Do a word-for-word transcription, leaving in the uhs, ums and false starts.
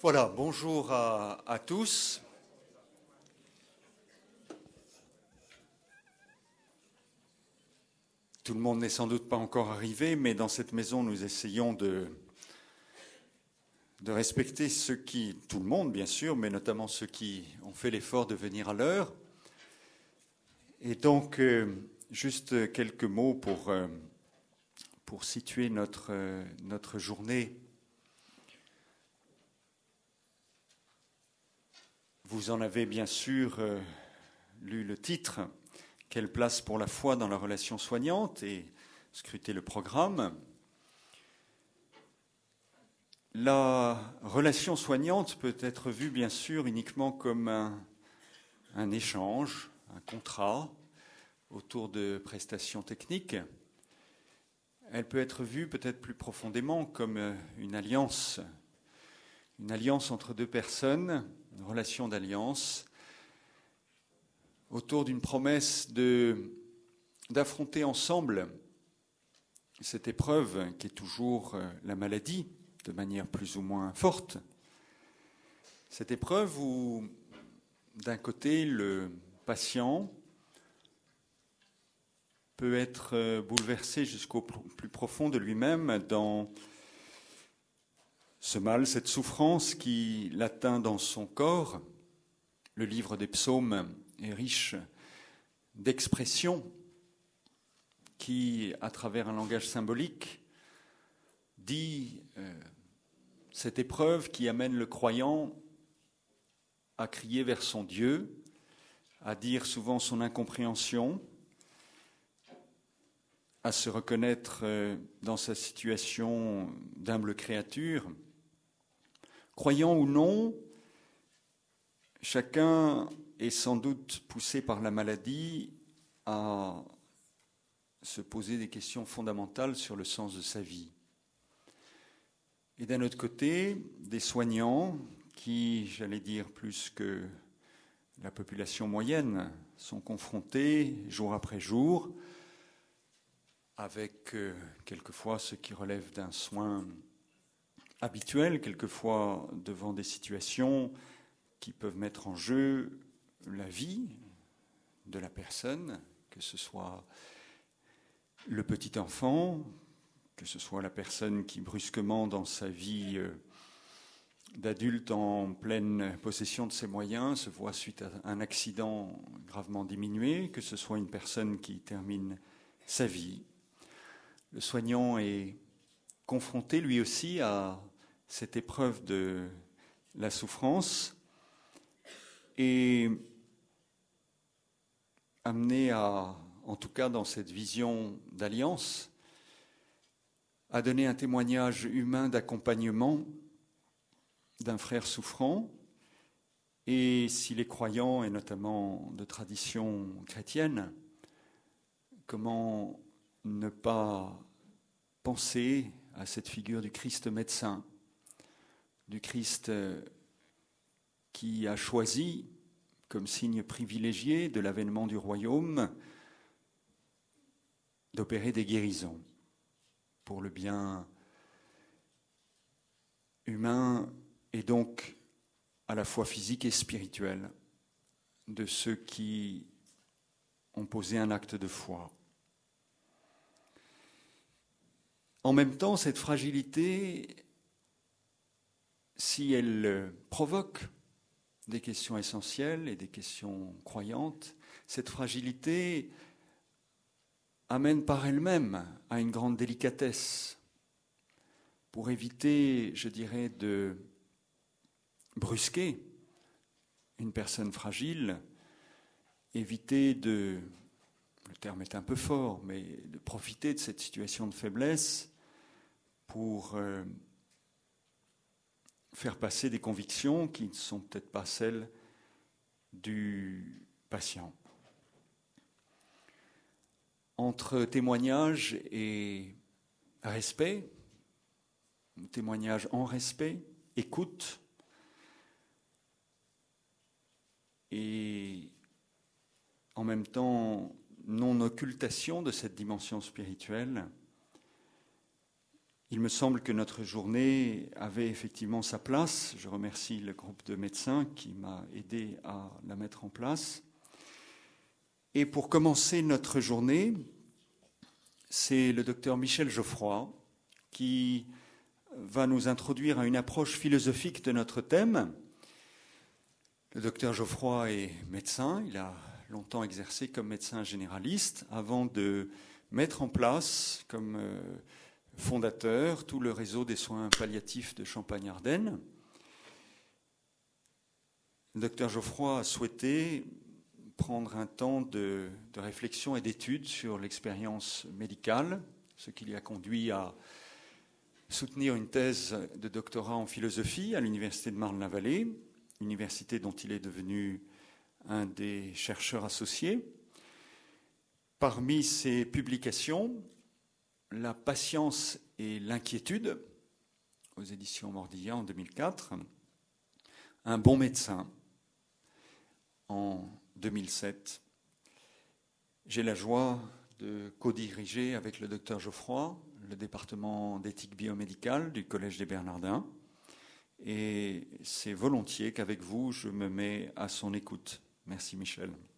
Voilà, bonjour à, à tous. Tout le monde n'est sans doute pas encore arrivé, mais dans cette maison, nous essayons de, de respecter ceux qui, tout le monde bien sûr, mais notamment ceux qui ont fait l'effort de venir à l'heure. Et donc, euh, juste quelques mots pour, euh, pour situer notre, euh, notre journée. Vous en avez bien sûr euh, lu le titre, « Quelle place pour la foi dans la relation soignante ?» et scruté le programme. La relation soignante peut être vue bien sûr uniquement comme un, un échange, un contrat autour de prestations techniques. Elle peut être vue peut-être plus profondément comme une alliance, une alliance entre deux personnes, une relation d'alliance, autour d'une promesse de, d'affronter ensemble cette épreuve qui est toujours la maladie, de manière plus ou moins forte. Cette épreuve où, d'un côté, le patient peut être bouleversé jusqu'au plus profond de lui-même dans ce mal, cette souffrance qui l'atteint dans son corps. Le livre des psaumes est riche d'expressions qui, à travers un langage symbolique, dit euh, cette épreuve qui amène le croyant à crier vers son Dieu, à dire souvent son incompréhension, à se reconnaître euh, dans sa situation d'humble créature. Croyant ou non, chacun est sans doute poussé par la maladie à se poser des questions fondamentales sur le sens de sa vie. Et d'un autre côté, des soignants qui, j'allais dire plus que la population moyenne, sont confrontés jour après jour avec euh, quelquefois ce qui relève d'un soin habituel, quelquefois devant des situations qui peuvent mettre en jeu la vie de la personne, que ce soit le petit enfant, que ce soit la personne qui brusquement dans sa vie euh, d'adulte en pleine possession de ses moyens se voit suite à un accident gravement diminué, que ce soit une personne qui termine sa vie. Le soignant est confronté lui aussi à cette épreuve de la souffrance et amené à, en tout cas dans cette vision d'alliance, à donner un témoignage humain d'accompagnement d'un frère souffrant. Et s'il est croyant, et notamment de tradition chrétienne, comment ne pas penser à cette figure du Christ médecin, du Christ qui a choisi, comme signe privilégié de l'avènement du royaume, d'opérer des guérisons pour le bien humain et donc à la fois physique et spirituel de ceux qui ont posé un acte de foi. En même temps, cette fragilité, si elle provoque des questions essentielles et des questions croyantes, cette fragilité amène par elle-même à une grande délicatesse pour éviter, je dirais, de brusquer une personne fragile, éviter de, le terme est un peu fort, mais de profiter de cette situation de faiblesse pour euh, faire passer des convictions qui ne sont peut-être pas celles du patient. Entre témoignage et respect, témoignage en respect, écoute, et en même temps non-occultation de cette dimension spirituelle, Il me semble que notre journée avait effectivement sa place. Je remercie le groupe de médecins qui m'a aidé à la mettre en place. Et pour commencer notre journée, c'est le docteur Michel Geoffroy qui va nous introduire à une approche philosophique de notre thème. Le docteur Geoffroy est médecin, il a longtemps exercé comme médecin généraliste avant de mettre en place comme fondateur tout le réseau des soins palliatifs de Champagne-Ardenne. Le docteur Geoffroy a souhaité prendre un temps de, de réflexion et d'étude sur l'expérience médicale, ce qui l'y a conduit à soutenir une thèse de doctorat en philosophie à l'université de Marne-la-Vallée, université dont il est devenu un des chercheurs associés. Parmi ses publications, La patience et l'inquiétude, aux éditions Mordillat en deux mille quatre, Un bon médecin en deux mille sept. J'ai la joie de co-diriger avec le docteur Geoffroy le département d'éthique biomédicale du Collège des Bernardins. Et c'est volontiers qu'avec vous, je me mets à son écoute. Merci Michel.